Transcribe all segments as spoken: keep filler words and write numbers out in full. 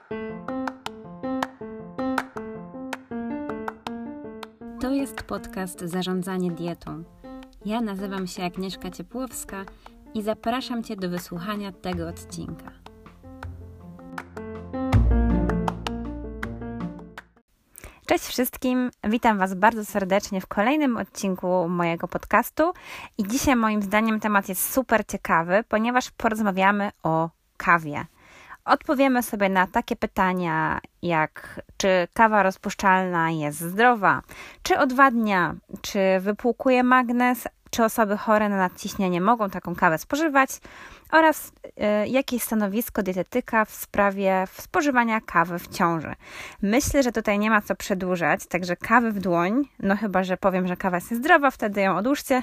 To jest podcast Zarządzanie dietą. Ja nazywam się Agnieszka Ciepłowska i zapraszam Cię do wysłuchania tego odcinka. Cześć wszystkim, witam Was bardzo serdecznie w kolejnym odcinku mojego podcastu i dzisiaj moim zdaniem temat jest super ciekawy, ponieważ porozmawiamy o kawie. Odpowiemy sobie na takie pytania jak czy kawa rozpuszczalna jest zdrowa, czy odwadnia, czy wypłukuje magnez, czy osoby chore na nadciśnienie mogą taką kawę spożywać oraz y, jakie jest stanowisko dietetyka w sprawie spożywania kawy w ciąży. Myślę, że tutaj nie ma co przedłużać, także kawy w dłoń, no chyba, że powiem, że kawa jest zdrowa, wtedy ją odłóżcie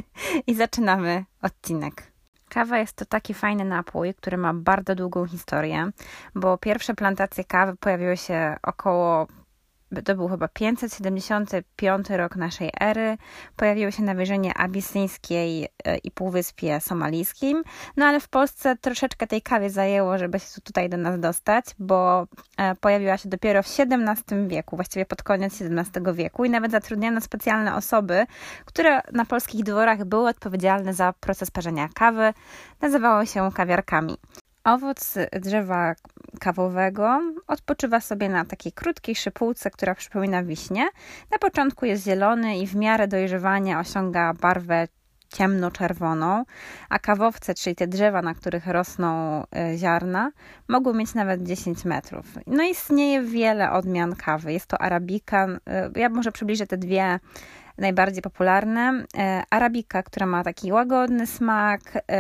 i zaczynamy odcinek. Kawa jest to taki fajny napój, który ma bardzo długą historię, bo pierwsze plantacje kawy pojawiły się około, to był chyba pięćset siedemdziesiąty piąty rok naszej ery, pojawiły się na wyżynie abisyńskiej i półwyspie somalijskim, no ale w Polsce troszeczkę tej kawy zajęło, żeby się tutaj do nas dostać, bo pojawiła się dopiero w siedemnastym wieku, właściwie pod koniec siedemnastego wieku i nawet zatrudniono specjalne osoby, które na polskich dworach były odpowiedzialne za proces parzenia kawy, nazywały się kawiarkami. Owoc drzewa kawowego odpoczywa sobie na takiej krótkiej szypułce, która przypomina wiśnię. Na początku jest zielony i w miarę dojrzewania osiąga barwę ciemnoczerwoną, a kawowce, czyli te drzewa, na których rosną ziarna, mogą mieć nawet dziesięć metrów. No istnieje wiele odmian kawy. Jest to arabika. Ja może przybliżę te dwie najbardziej popularne. Arabika, która ma taki łagodny smak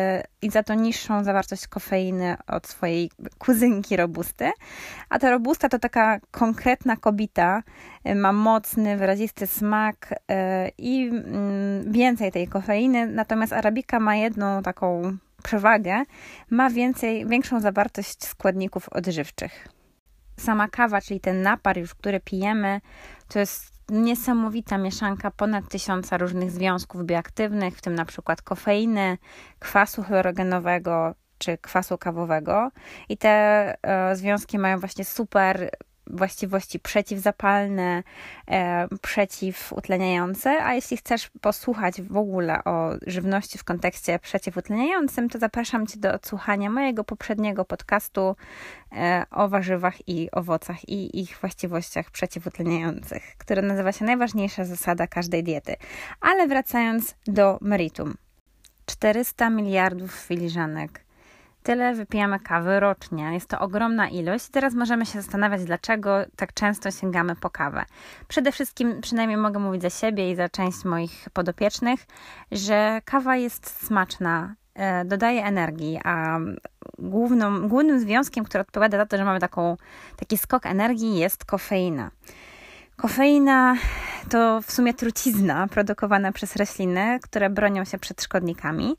i za to niższą zawartość kofeiny od swojej kuzynki robusty. A ta robusta to taka konkretna kobita, ma mocny, wyrazisty smak i więcej tej kofeiny. Natomiast arabika ma jedną taką przewagę, ma więcej, większą zawartość składników odżywczych. Sama kawa, czyli ten napar już, który pijemy, to jest niesamowita mieszanka ponad tysiąca różnych związków bioaktywnych, w tym na przykład kofeiny, kwasu chlorogenowego czy kwasu kawowego. I te e, związki mają właśnie super właściwości przeciwzapalne, e, przeciwutleniające, a jeśli chcesz posłuchać w ogóle o żywności w kontekście przeciwutleniającym, to zapraszam Cię do odsłuchania mojego poprzedniego podcastu e, o warzywach i owocach i ich właściwościach przeciwutleniających, który nazywa się Najważniejsza zasada każdej diety. Ale wracając do meritum. czterysta miliardów filiżanek. Tyle wypijamy kawy rocznie. Jest to ogromna ilość. Teraz możemy się zastanawiać, dlaczego tak często sięgamy po kawę. Przede wszystkim, przynajmniej mogę mówić za siebie i za część moich podopiecznych, że kawa jest smaczna, dodaje energii, a główną, głównym związkiem, który odpowiada za to, że mamy taką, taki skok energii, jest kofeina. Kofeina to w sumie trucizna produkowana przez rośliny, które bronią się przed szkodnikami.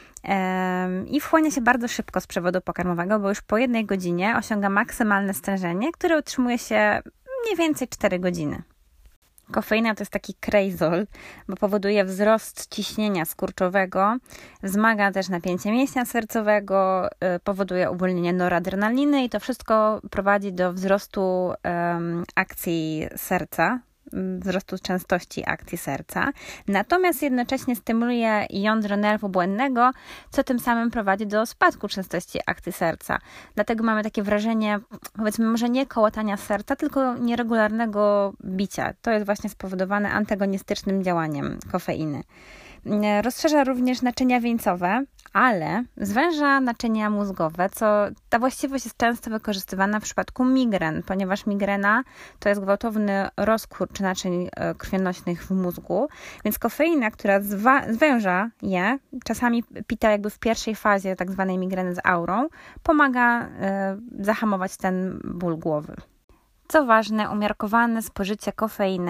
I wchłania się bardzo szybko z przewodu pokarmowego, bo już po jednej godzinie osiąga maksymalne stężenie, które utrzymuje się mniej więcej cztery godziny. Kofeina to jest taki krejzol, bo powoduje wzrost ciśnienia skurczowego, wzmaga też napięcie mięśnia sercowego, powoduje uwolnienie noradrenaliny i to wszystko prowadzi do wzrostu um, akcji serca, wzrostu częstości akcji serca, natomiast jednocześnie stymuluje jądro nerwu błędnego, co tym samym prowadzi do spadku częstości akcji serca. Dlatego mamy takie wrażenie, powiedzmy może nie kołatania serca, tylko nieregularnego bicia. To jest właśnie spowodowane antagonistycznym działaniem kofeiny. Rozszerza również naczynia wieńcowe, ale zwęża naczynia mózgowe, co ta właściwość jest często wykorzystywana w przypadku migren, ponieważ migrena to jest gwałtowny rozkurcz naczyń krwionośnych w mózgu, więc kofeina, która zwa- zwęża je, czasami pita jakby w pierwszej fazie tak zwanej migreny z aurą, pomaga y, zahamować ten ból głowy. Co ważne, umiarkowane spożycie kofeiny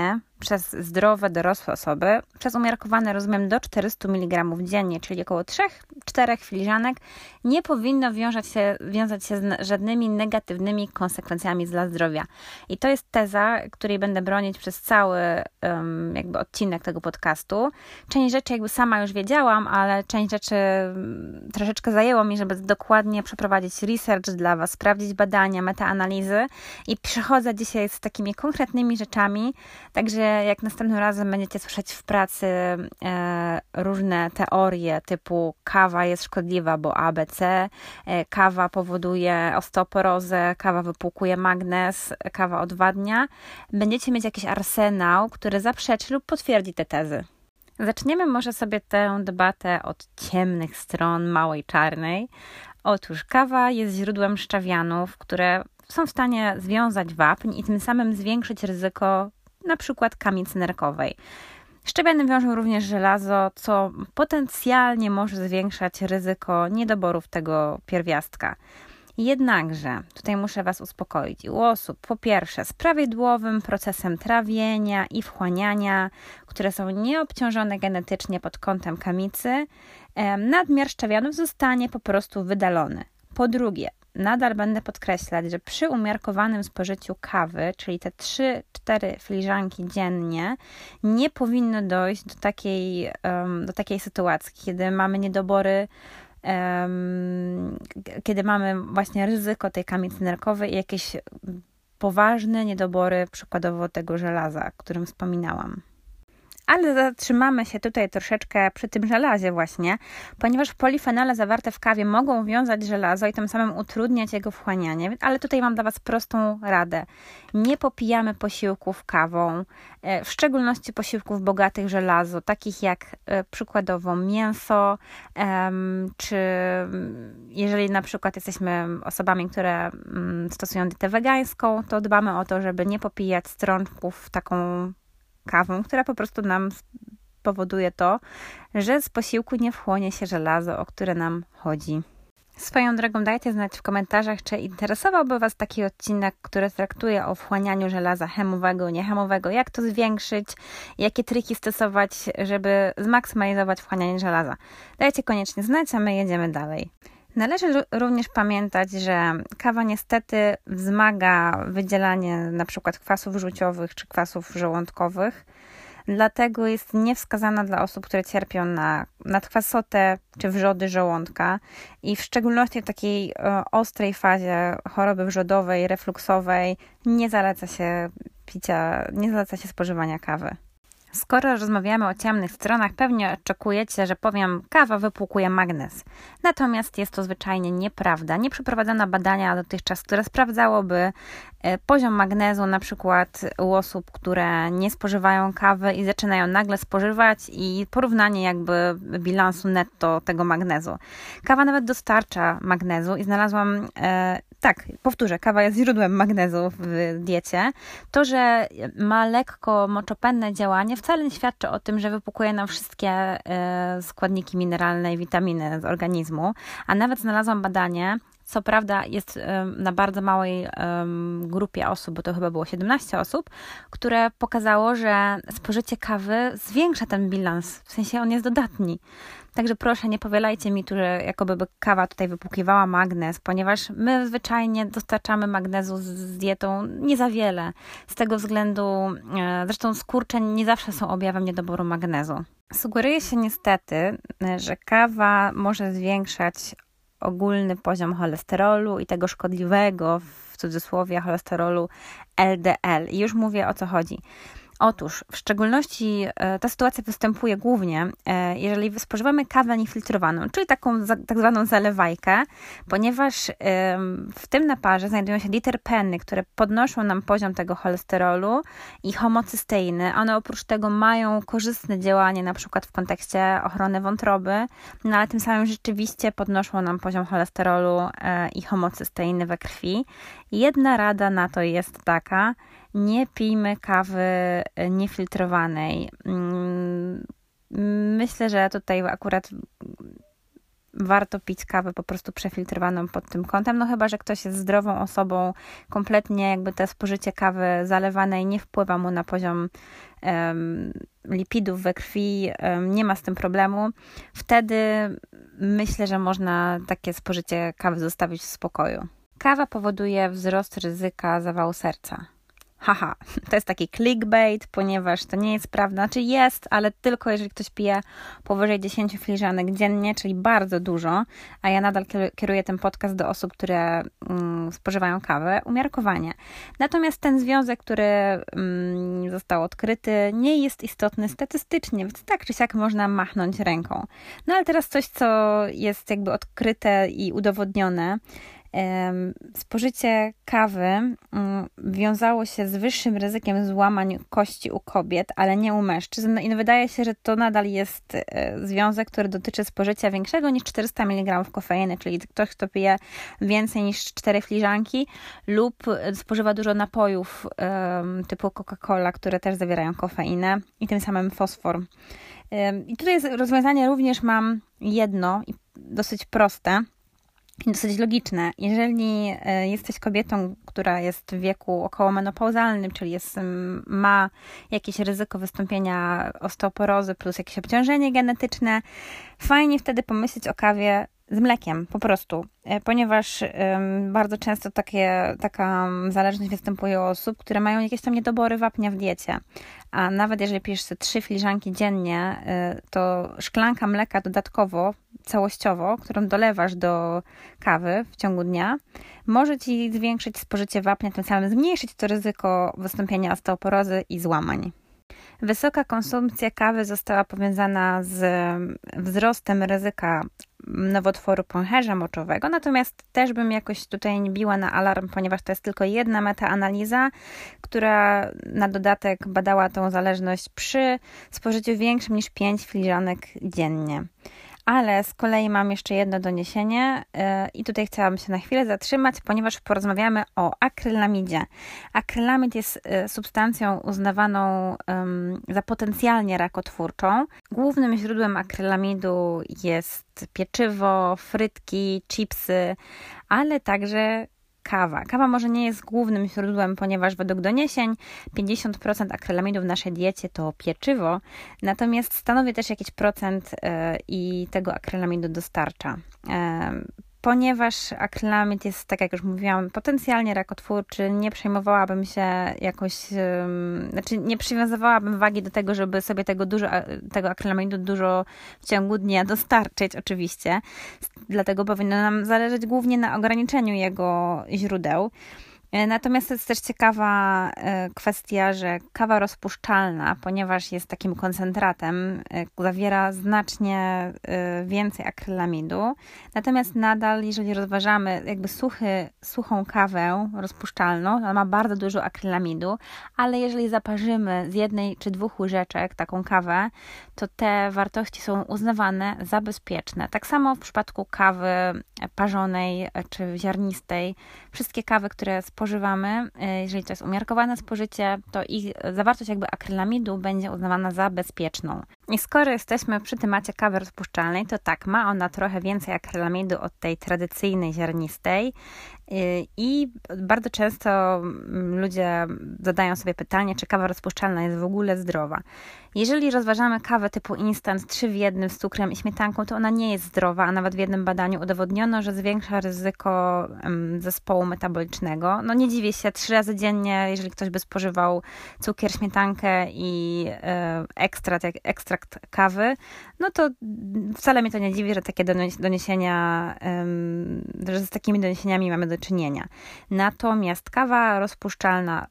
przez zdrowe, dorosłe osoby. Przez umiarkowane rozumiem do czterysta miligramów dziennie, czyli około trzy cztery filiżanek, nie powinno wiązać się, wiązać się z żadnymi negatywnymi konsekwencjami dla zdrowia. I to jest teza, której będę bronić przez cały um, jakby odcinek tego podcastu. Część rzeczy jakby sama już wiedziałam, ale część rzeczy troszeczkę zajęło mi, żeby dokładnie przeprowadzić research dla Was, sprawdzić badania, metaanalizy i przychodzę dzisiaj z takimi konkretnymi rzeczami, także jak następnym razem będziecie słyszeć w pracy e, różne teorie typu kawa jest szkodliwa, bo A, B, C, e, kawa powoduje osteoporozę, kawa wypłukuje magnez, kawa odwadnia, będziecie mieć jakiś arsenał, który zaprzeczy lub potwierdzi te tezy. Zaczniemy może sobie tę debatę od ciemnych stron małej czarnej. Otóż kawa jest źródłem szczawianów, które są w stanie związać wapń i tym samym zwiększyć ryzyko na przykład kamicy nerkowej. Szczawiany wiążą również żelazo, co potencjalnie może zwiększać ryzyko niedoborów tego pierwiastka. Jednakże, tutaj muszę Was uspokoić, u osób po pierwsze z prawidłowym procesem trawienia i wchłaniania, które są nieobciążone genetycznie pod kątem kamicy, nadmiar szczawianów zostanie po prostu wydalony. Po drugie, nadal będę podkreślać, że przy umiarkowanym spożyciu kawy, czyli te trzy cztery filiżanki dziennie, nie powinno dojść do takiej, do takiej sytuacji, kiedy mamy niedobory, kiedy mamy właśnie ryzyko tej kamicy nerkowej i jakieś poważne niedobory, przykładowo tego żelaza, o którym wspominałam. Ale zatrzymamy się tutaj troszeczkę przy tym żelazie właśnie, ponieważ polifenole zawarte w kawie mogą wiązać żelazo i tym samym utrudniać jego wchłanianie, ale tutaj mam dla Was prostą radę. Nie popijamy posiłków kawą, w szczególności posiłków bogatych w żelazo, takich jak przykładowo mięso, czy jeżeli na przykład jesteśmy osobami, które stosują dietę wegańską, to dbamy o to, żeby nie popijać strączków taką kawą, która po prostu nam powoduje to, że z posiłku nie wchłonie się żelazo, o które nam chodzi. Swoją drogą dajcie znać w komentarzach, czy interesowałby Was taki odcinek, który traktuje o wchłanianiu żelaza hemowego, niehemowego, jak to zwiększyć, jakie triki stosować, żeby zmaksymalizować wchłanianie żelaza. Dajcie koniecznie znać, a my jedziemy dalej. Należy również pamiętać, że kawa niestety wzmaga wydzielanie na przykład kwasów żółciowych czy kwasów żołądkowych, dlatego jest niewskazana dla osób, które cierpią na nadkwasotę czy wrzody żołądka i w szczególności w takiej e, ostrej fazie choroby wrzodowej, refluksowej nie zaleca się picia, nie zaleca się spożywania kawy. Skoro rozmawiamy o ciemnych stronach, pewnie oczekujecie, że powiem, kawa wypłukuje magnez. Natomiast jest to zwyczajnie nieprawda. Nie przeprowadzono badania dotychczas, które sprawdzałoby poziom magnezu na przykład u osób, które nie spożywają kawy i zaczynają nagle spożywać i porównanie jakby bilansu netto tego magnezu. Kawa nawet dostarcza magnezu i znalazłam, e, tak, powtórzę, kawa jest źródłem magnezu w diecie. To, że ma lekko moczopędne działanie wcale nie świadczy o tym, że wypłukuje nam wszystkie e, składniki mineralne i witaminy z organizmu, a nawet znalazłam badanie, co prawda jest na bardzo małej grupie osób, bo to chyba było siedemnaście osób, które pokazało, że spożycie kawy zwiększa ten bilans, w sensie on jest dodatni. Także proszę, nie powielajcie mitu, że jakoby kawa tutaj wypłukiwała magnez, ponieważ my zwyczajnie dostarczamy magnezu z dietą nie za wiele. Z tego względu, zresztą skurcze nie zawsze są objawem niedoboru magnezu. Sugeruje się niestety, że kawa może zwiększać ogólny poziom cholesterolu i tego szkodliwego, w cudzysłowie, cholesterolu L D L. I już mówię, o co chodzi. Otóż, w szczególności e, ta sytuacja występuje głównie, e, jeżeli spożywamy kawę niefiltrowaną, czyli taką za, tak zwaną zalewajkę, ponieważ e, w tym naparze znajdują się diterpeny, które podnoszą nam poziom tego cholesterolu i homocysteiny. One oprócz tego mają korzystne działanie na przykład w kontekście ochrony wątroby, no ale tym samym rzeczywiście podnoszą nam poziom cholesterolu e, i homocysteiny we krwi. Jedna rada na to jest taka: nie pijmy kawy niefiltrowanej. Myślę, że tutaj akurat warto pić kawę po prostu przefiltrowaną pod tym kątem, no chyba że ktoś jest zdrową osobą, kompletnie jakby to spożycie kawy zalewanej nie wpływa mu na poziom um, lipidów we krwi, um, nie ma z tym problemu. Wtedy myślę, że można takie spożycie kawy zostawić w spokoju. Kawa powoduje wzrost ryzyka zawału serca. Haha, to jest taki clickbait, ponieważ to nie jest prawda. Znaczy jest, ale tylko jeżeli ktoś pije powyżej dziesięć filiżanek dziennie, czyli bardzo dużo, a ja nadal kieruję ten podcast do osób, które mm, spożywają kawę, umiarkowanie. Natomiast ten związek, który mm, został odkryty, nie jest istotny statystycznie, więc tak czy siak można machnąć ręką. No ale teraz coś, co jest jakby odkryte i udowodnione. Spożycie kawy wiązało się z wyższym ryzykiem złamań kości u kobiet, ale nie u mężczyzn. I wydaje się, że to nadal jest związek, który dotyczy spożycia większego niż czterysta miligramów kofeiny, czyli ktoś, kto pije więcej niż cztery filiżanki lub spożywa dużo napojów typu Coca-Cola, które też zawierają kofeinę i tym samym fosfor. I tutaj rozwiązanie również mam jedno i dosyć proste. Dosyć logiczne. Jeżeli jesteś kobietą, która jest w wieku okołomenopauzalnym, czyli jest, ma jakieś ryzyko wystąpienia osteoporozy plus jakieś obciążenie genetyczne, fajnie wtedy pomyśleć o kawie z mlekiem, po prostu, ponieważ um, bardzo często takie, taka zależność występuje u osób, które mają jakieś tam niedobory wapnia w diecie, a nawet jeżeli pijesz sobie trzy filiżanki dziennie, to szklanka mleka dodatkowo, całościowo, którą dolewasz do kawy w ciągu dnia, może Ci zwiększyć spożycie wapnia, tym samym zmniejszyć to ryzyko wystąpienia osteoporozy i złamań. Wysoka konsumpcja kawy została powiązana z wzrostem ryzyka nowotworu pęcherza moczowego, natomiast też bym jakoś tutaj nie biła na alarm, ponieważ to jest tylko jedna metaanaliza, która na dodatek badała tą zależność przy spożyciu większym niż pięć filiżanek dziennie. Ale z kolei mam jeszcze jedno doniesienie yy, i tutaj chciałam się na chwilę zatrzymać, ponieważ porozmawiamy o akrylamidzie. Akrylamid jest yy, substancją uznawaną yy, za potencjalnie rakotwórczą. Głównym źródłem akrylamidu jest pieczywo, frytki, chipsy, ale także kawa. Kawa może nie jest głównym źródłem, ponieważ według doniesień pięćdziesiąt procent akrylamidu w naszej diecie to pieczywo, natomiast stanowi też jakiś procent i tego akrylamidu dostarcza. Ponieważ akrylamid jest, tak jak już mówiłam, potencjalnie rakotwórczy, nie przejmowałabym się jakoś, znaczy nie przywiązywałabym wagi do tego, żeby sobie tego dużo, tego akrylamidu dużo w ciągu dnia dostarczyć, oczywiście. Dlatego powinno nam zależeć głównie na ograniczeniu jego źródeł. Natomiast to jest też ciekawa kwestia, że kawa rozpuszczalna, ponieważ jest takim koncentratem, zawiera znacznie więcej akrylamidu. Natomiast nadal, jeżeli rozważamy jakby suchy, suchą kawę rozpuszczalną, ona ma bardzo dużo akrylamidu, ale jeżeli zaparzymy z jednej czy dwóch łyżeczek taką kawę, to te wartości są uznawane za bezpieczne. Tak samo w przypadku kawy parzonej czy ziarnistej. Wszystkie kawy, które spożywamy, jeżeli to jest umiarkowane spożycie, to ich zawartość jakby akrylamidu będzie uznawana za bezpieczną. I skoro jesteśmy przy temacie kawy rozpuszczalnej, to tak, ma ona trochę więcej akrylamidu od tej tradycyjnej ziarnistej i bardzo często ludzie zadają sobie pytanie, czy kawa rozpuszczalna jest w ogóle zdrowa. Jeżeli rozważamy kawę typu instant trzy w jednym z cukrem i śmietanką, to ona nie jest zdrowa, a nawet w jednym badaniu udowodniono, że zwiększa ryzyko zespołu metabolicznego. No nie dziwię się, trzy razy dziennie, jeżeli ktoś by spożywał cukier, śmietankę i ekstrakt, jak ekstrakt kawy, no to wcale mnie to nie dziwi, że takie doniesienia, że z takimi doniesieniami mamy do czynienia. Natomiast kawa rozpuszczalna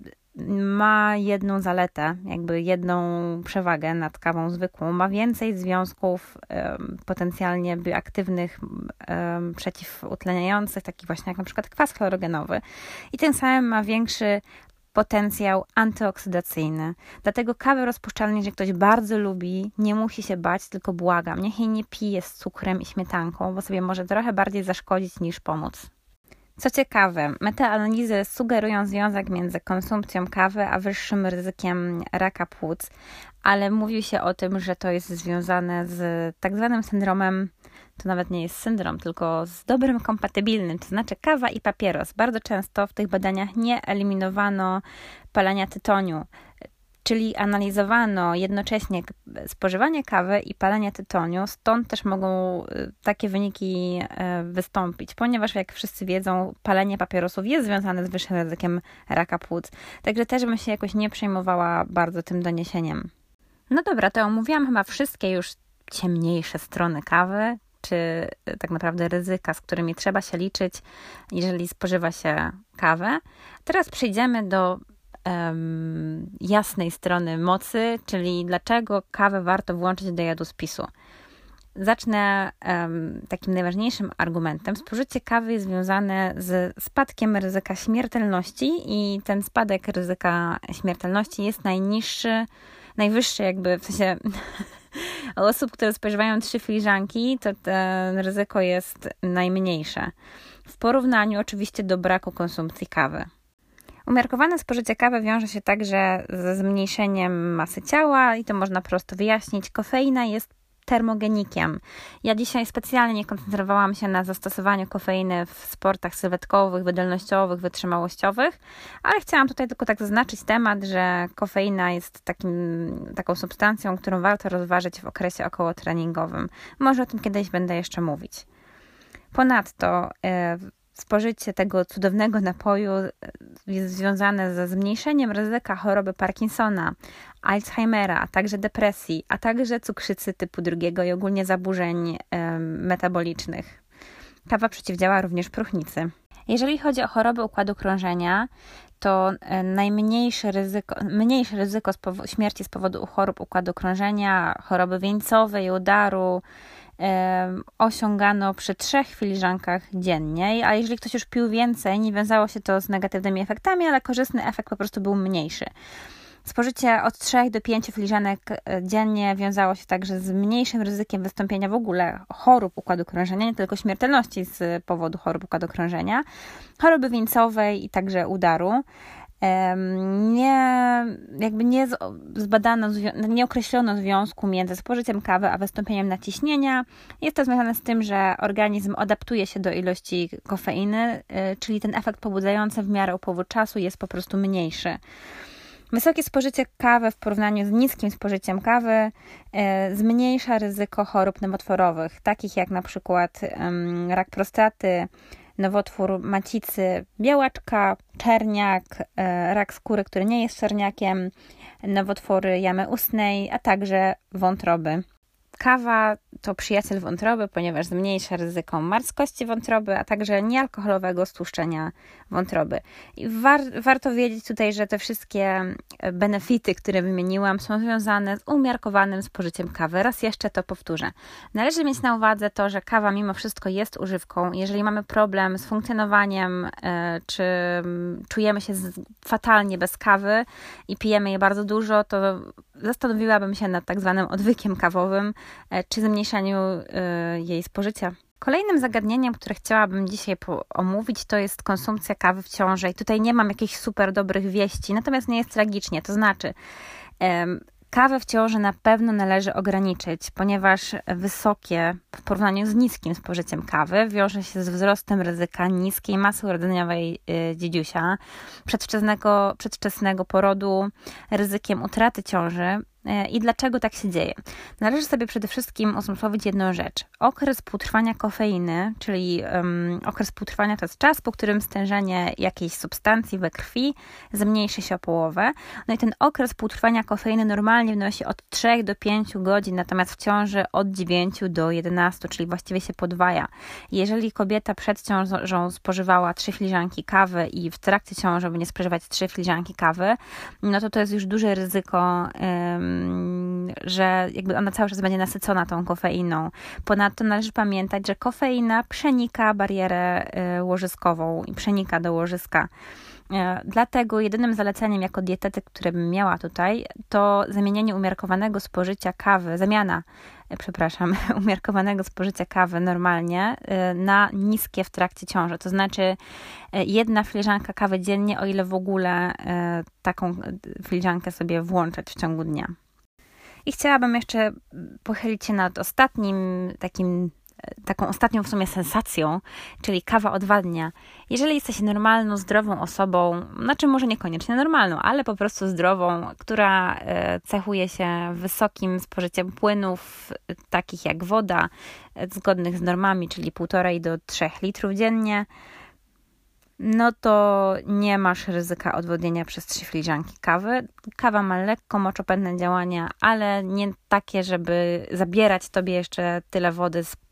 ma jedną zaletę, jakby jedną przewagę nad kawą zwykłą. Ma więcej związków um, potencjalnie bioaktywnych, um, przeciwutleniających, takich właśnie jak na przykład kwas chlorogenowy i tym samym ma większy potencjał antyoksydacyjny. Dlatego kawy rozpuszczalnej, jeżeli ktoś bardzo lubi, nie musi się bać, tylko błagam, niech jej nie pije z cukrem i śmietanką, bo sobie może trochę bardziej zaszkodzić niż pomóc. Co ciekawe, metaanalizy sugerują związek między konsumpcją kawy a wyższym ryzykiem raka płuc, ale mówi się o tym, że to jest związane z tak zwanym syndromem, to nawet nie jest syndrom, tylko z dobrym kompatybilnym, to znaczy kawa i papieros. Bardzo często w tych badaniach nie eliminowano palenia tytoniu, czyli analizowano jednocześnie spożywanie kawy i palenie tytoniu, stąd też mogą takie wyniki wystąpić, ponieważ jak wszyscy wiedzą, palenie papierosów jest związane z wyższym ryzykiem raka płuc, także też bym się jakoś nie przejmowała bardzo tym doniesieniem. No dobra, to omówiłam chyba wszystkie już ciemniejsze strony kawy, czy tak naprawdę ryzyka, z którymi trzeba się liczyć, jeżeli spożywa się kawę. Teraz przejdziemy do um, jasnej strony mocy, czyli dlaczego kawę warto włączyć do jadłospisu. Zacznę um, takim najważniejszym argumentem. Spożycie kawy jest związane z spadkiem ryzyka śmiertelności i ten spadek ryzyka śmiertelności jest najniższy, najwyższy jakby w sensie osób, które spożywają trzy filiżanki, to to ryzyko jest najmniejsze. W porównaniu oczywiście do braku konsumpcji kawy. Umiarkowane spożycie kawy wiąże się także ze zmniejszeniem masy ciała i to można prosto wyjaśnić. Kofeina jest termogenikiem. Ja dzisiaj specjalnie nie koncentrowałam się na zastosowaniu kofeiny w sportach sylwetkowych, wydolnościowych, wytrzymałościowych, ale chciałam tutaj tylko tak zaznaczyć temat, że kofeina jest takim, taką substancją, którą warto rozważyć w okresie okołotreningowym. Może o tym kiedyś będę jeszcze mówić. Ponadto e, spożycie tego cudownego napoju jest związane ze zmniejszeniem ryzyka choroby Parkinsona, Alzheimera, a także depresji, a także cukrzycy typu drugiego i ogólnie zaburzeń e, metabolicznych. Kawa przeciwdziała również próchnicy. Jeżeli chodzi o choroby układu krążenia, to najmniejsze ryzyko, mniejsze ryzyko śmierci z powodu chorób układu krążenia, choroby wieńcowej, udaru, osiągano przy trzech filiżankach dziennie, a jeżeli ktoś już pił więcej, nie wiązało się to z negatywnymi efektami, ale korzystny efekt po prostu był mniejszy. Spożycie od trzech do pięciu filiżanek dziennie wiązało się także z mniejszym ryzykiem wystąpienia w ogóle chorób układu krążenia, nie tylko śmiertelności z powodu chorób układu krążenia, choroby wieńcowej i także udaru. Nie, jakby nie zbadano, nie określono związku między spożyciem kawy a wystąpieniem nadciśnienia. Jest to związane z tym, że organizm adaptuje się do ilości kofeiny, czyli ten efekt pobudzający w miarę upływu czasu jest po prostu mniejszy. Wysokie spożycie kawy w porównaniu z niskim spożyciem kawy e, zmniejsza ryzyko chorób nowotworowych, takich jak na przykład um, rak prostaty, nowotwór macicy, białaczka, czerniak, e, rak skóry, który nie jest czerniakiem, nowotwory jamy ustnej, a także wątroby. Kawa to przyjaciel wątroby, ponieważ zmniejsza ryzyko marskości wątroby, a także niealkoholowego stłuszczenia wątroby. I war, warto wiedzieć tutaj, że te wszystkie benefity, które wymieniłam, są związane z umiarkowanym spożyciem kawy. Raz jeszcze to powtórzę. Należy mieć na uwadze to, że kawa mimo wszystko jest używką. Jeżeli mamy problem z funkcjonowaniem, czy czujemy się fatalnie bez kawy i pijemy je bardzo dużo, to zastanowiłabym się nad tak zwanym odwykiem kawowym, czy zmniejszaniu jej spożycia. Kolejnym zagadnieniem, które chciałabym dzisiaj omówić, to jest konsumpcja kawy w ciąży. I tutaj nie mam jakichś super dobrych wieści, natomiast nie jest tragicznie. To znaczy, kawę w ciąży na pewno należy ograniczyć, ponieważ wysokie w porównaniu z niskim spożyciem kawy wiąże się z wzrostem ryzyka niskiej masy urodzeniowej dziedziusia, przedwczesnego, przedwczesnego porodu, ryzykiem utraty ciąży. I dlaczego tak się dzieje? Należy sobie przede wszystkim uzmysłowić jedną rzecz. Okres półtrwania kofeiny, czyli um, okres półtrwania to jest czas, po którym stężenie jakiejś substancji we krwi zmniejszy się o połowę. No i ten okres półtrwania kofeiny normalnie wynosi od trzech do pięciu godzin, natomiast w ciąży od dziewięciu do jedenastu, czyli właściwie się podwaja. Jeżeli kobieta przed ciążą spożywała trzy filiżanki kawy i w trakcie ciąży będzie spożywać trzy filiżanki kawy, no to to jest już duże ryzyko, um, że jakby ona cały czas będzie nasycona tą kofeiną. Ponadto należy pamiętać, że kofeina przenika barierę łożyskową i przenika do łożyska. Dlatego jedynym zaleceniem jako dietetyk, które bym miała tutaj, to zamienianie umiarkowanego spożycia kawy, zamiana, przepraszam, umiarkowanego spożycia kawy normalnie na niskie w trakcie ciąży. To znaczy jedna filiżanka kawy dziennie, o ile w ogóle taką filiżankę sobie włączać w ciągu dnia. I chciałabym jeszcze pochylić się nad ostatnim takim taką ostatnią w sumie sensacją, czyli kawa odwadnia. Jeżeli jesteś normalną, zdrową osobą, znaczy może niekoniecznie normalną, ale po prostu zdrową, która cechuje się wysokim spożyciem płynów, takich jak woda, zgodnych z normami, czyli półtorej do trzech litrów dziennie, no to nie masz ryzyka odwodnienia przez trzy filiżanki kawy. Kawa ma lekko moczopędne działania, ale nie takie, żeby zabierać tobie jeszcze tyle wody z,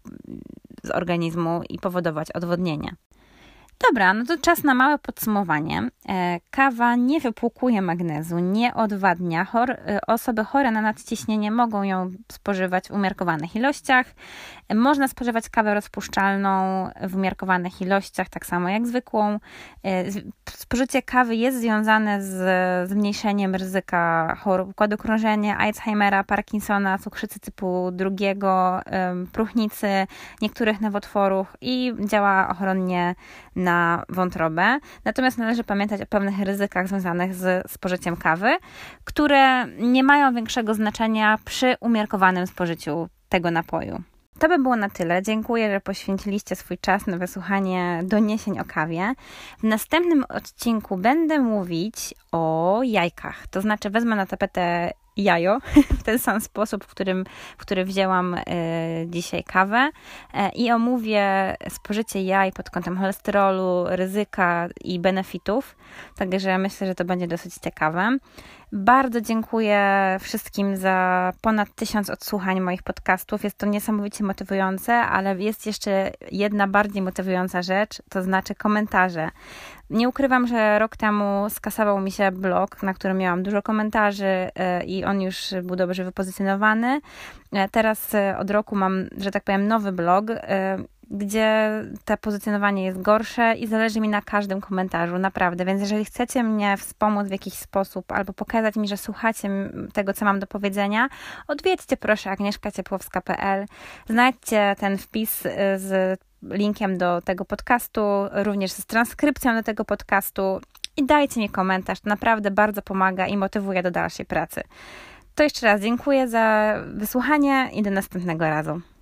z organizmu i powodować odwodnienie. Dobra, no to czas na małe podsumowanie. Kawa nie wypłukuje magnezu, nie odwadnia. Chor, osoby chore na nadciśnienie mogą ją spożywać w umiarkowanych ilościach. Można spożywać kawę rozpuszczalną w umiarkowanych ilościach, tak samo jak zwykłą. Spożycie kawy jest związane z zmniejszeniem ryzyka chorób układu krążenia, Alzheimera, Parkinsona, cukrzycy typu drugiego, próchnicy, niektórych nowotworów i działa ochronnie na wątrobę. Natomiast należy pamiętać o pewnych ryzykach związanych z spożyciem kawy, które nie mają większego znaczenia przy umiarkowanym spożyciu tego napoju. To by było na tyle. Dziękuję, że poświęciliście swój czas na wysłuchanie doniesień o kawie. W następnym odcinku będę mówić o jajkach. To znaczy wezmę na tapetę jajo, w ten sam sposób, w którym, w który wzięłam y, dzisiaj kawę y, i omówię spożycie jaj pod kątem cholesterolu, ryzyka i benefitów. Także myślę, że to będzie dosyć ciekawe. Bardzo dziękuję wszystkim za ponad tysiąc odsłuchań moich podcastów. Jest to niesamowicie motywujące, ale jest jeszcze jedna bardziej motywująca rzecz, to znaczy komentarze. Nie ukrywam, że rok temu skasował mi się blog, na którym miałam dużo komentarzy i on już był dobrze wypozycjonowany. Teraz od roku mam, że tak powiem, nowy blog, gdzie to pozycjonowanie jest gorsze i zależy mi na każdym komentarzu, naprawdę. Więc jeżeli chcecie mnie wspomóc w jakiś sposób albo pokazać mi, że słuchacie tego, co mam do powiedzenia, odwiedźcie proszę agnieszka ciepłowska kropka p l. Znajdźcie ten wpis z linkiem do tego podcastu, również z transkrypcją do tego podcastu i dajcie mi komentarz. To naprawdę bardzo pomaga i motywuje do dalszej pracy. To jeszcze raz dziękuję za wysłuchanie i do następnego razu.